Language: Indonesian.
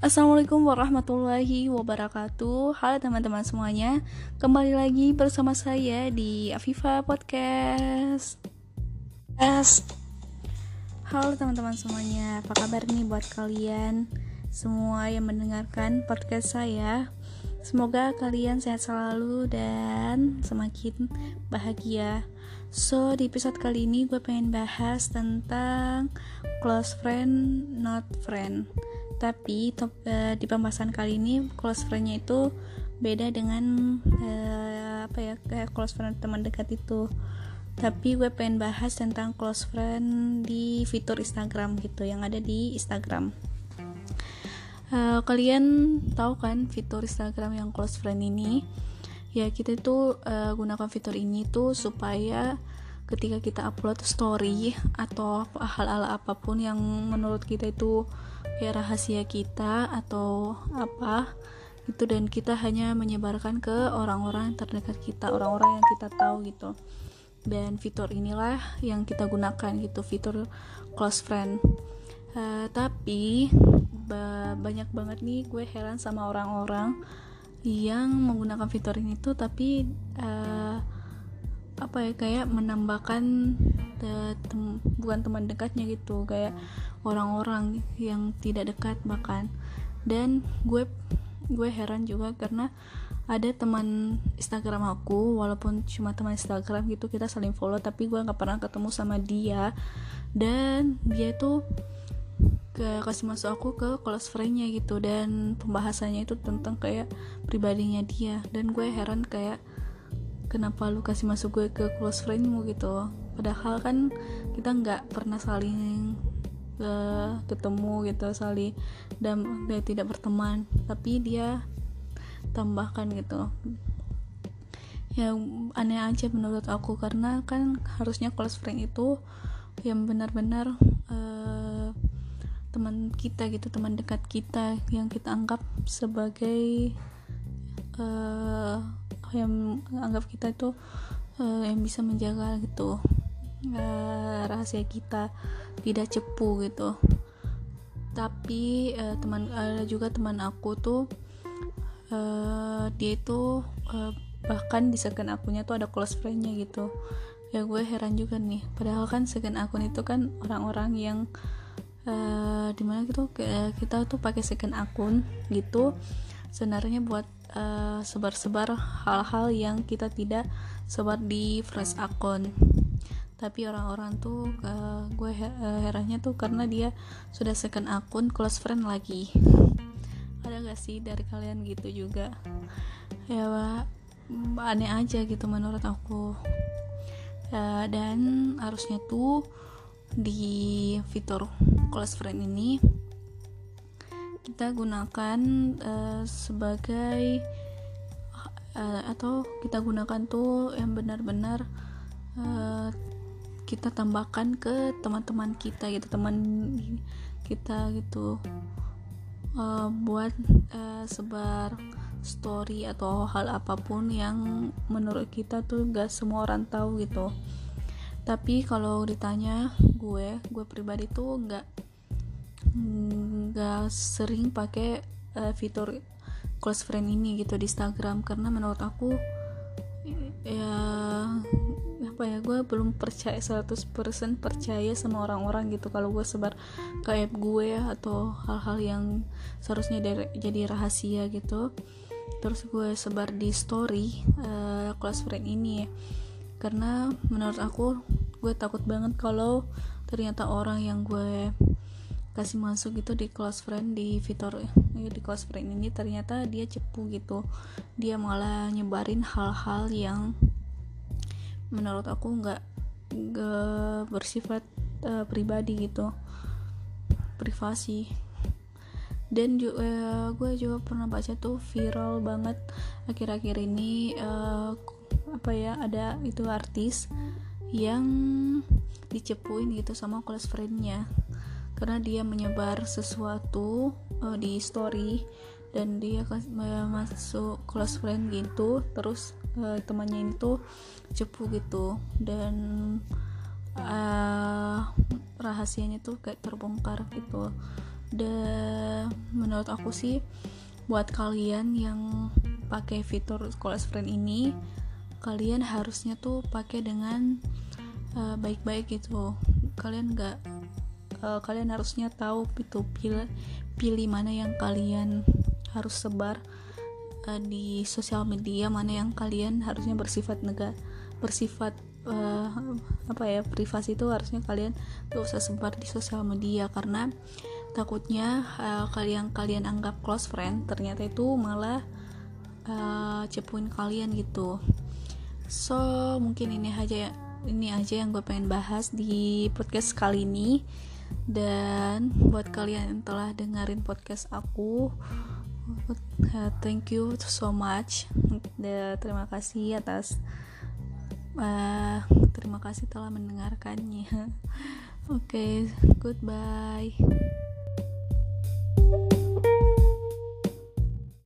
Assalamualaikum warahmatullahi wabarakatuh. Halo teman-teman semuanya, kembali lagi bersama saya di Afifa Podcast. Halo teman-teman semuanya, apa kabar nih buat kalian semua yang mendengarkan podcast saya? Semoga kalian sehat selalu dan semakin bahagia. So, di episode kali ini gue pengen bahas tentang close friend, not friend. Tapi di pembahasan kali ini close friend-nya itu beda dengan kayak close friend teman dekat itu. Tapi gue pengen bahas tentang close friend di fitur Instagram gitu, yang ada di Instagram. Kalian tahu kan fitur Instagram yang close friend ini? Ya, kita itu gunakan fitur ini tuh supaya ketika kita upload story atau hal-hal apapun yang menurut kita itu ya rahasia kita atau apa itu, dan kita hanya menyebarkan ke orang-orang terdekat kita, orang-orang yang kita tahu gitu. Dan fitur inilah yang kita gunakan gitu, fitur close friend. Tapi banyak banget nih gue heran sama orang-orang yang menggunakan fitur ini tuh tapi kayak menambahkan bukan teman dekatnya gitu, kayak orang-orang yang tidak dekat bahkan. Dan gue heran juga karena ada teman Instagram aku, walaupun cuma teman Instagram gitu, kita saling follow, tapi gue nggak pernah ketemu sama dia, dan dia itu kasih masuk aku ke close friend-nya gitu, dan pembahasannya itu tentang kayak pribadinya dia. Dan gue heran kayak kenapa lu kasih masuk gue ke close friend-mu gitu, padahal kan kita nggak pernah saling ketemu gitu, saling dan tidak berteman, tapi dia tambahkan gitu. Ya aneh aja menurut aku, karena kan harusnya close friend itu yang benar-benar teman kita gitu, teman dekat kita yang kita anggap sebagai yang anggap kita itu yang bisa menjaga gitu rahasia kita, tidak cepu gitu. Tapi juga teman aku tuh dia itu bahkan di second akunnya tuh ada close friend-nya gitu. Ya gue heran juga nih, padahal kan second akun itu kan orang-orang yang dimana gitu kita tuh pakai second akun gitu sebenarnya buat sebar-sebar hal-hal yang kita tidak sebar di first akun. Tapi orang-orang tuh gue herannya tuh karena dia sudah second akun close friend lagi. Ada gak sih dari kalian gitu juga? Ya aneh aja gitu menurut aku. Dan harusnya tuh di fitur close friend ini kita gunakan sebagai atau kita gunakan tuh yang benar-benar kita tambahkan ke teman-teman kita gitu, teman kita gitu, buat sebar story atau hal apapun yang menurut kita tuh gak semua orang tahu gitu. Tapi kalau ditanya gue pribadi tuh nggak sering pakai fitur close friend ini gitu di Instagram, karena menurut aku gue belum percaya 100% percaya sama orang-orang gitu kalau gue sebar kayak gue atau hal-hal yang seharusnya jadi rahasia gitu, terus gue sebar di story close friend ini. Karena menurut aku gue takut banget kalau ternyata orang yang gue kasih masuk gitu di close friend, di fitur di close friend ini, ternyata dia cepu gitu, dia malah nyebarin hal-hal yang menurut aku nggak bersifat pribadi gitu, privasi. Dan gue juga pernah baca tuh viral banget akhir-akhir ini ada itu artis yang dicepuin gitu sama close friend-nya karena dia menyebar sesuatu di story, dan dia masuk close friend gitu, terus temannya ini tuh cepu gitu, dan rahasianya tuh kayak terbongkar gitu. Dan menurut aku sih, buat kalian yang pakai fitur close friend ini, kalian harusnya tuh pakai dengan baik-baik gitu. Kalian harusnya tahu itu pilih mana yang kalian harus sebar di sosial media, mana yang kalian harusnya bersifat privasi itu harusnya kalian gak usah sebar di sosial media, karena takutnya kalian anggap close friend ternyata itu malah cepuin kalian gitu. So mungkin ini aja yang gue pengen bahas di podcast kali ini. Dan buat kalian yang telah dengerin podcast aku, thank you so much. Terima kasih terima kasih telah mendengarkannya. Oke, goodbye.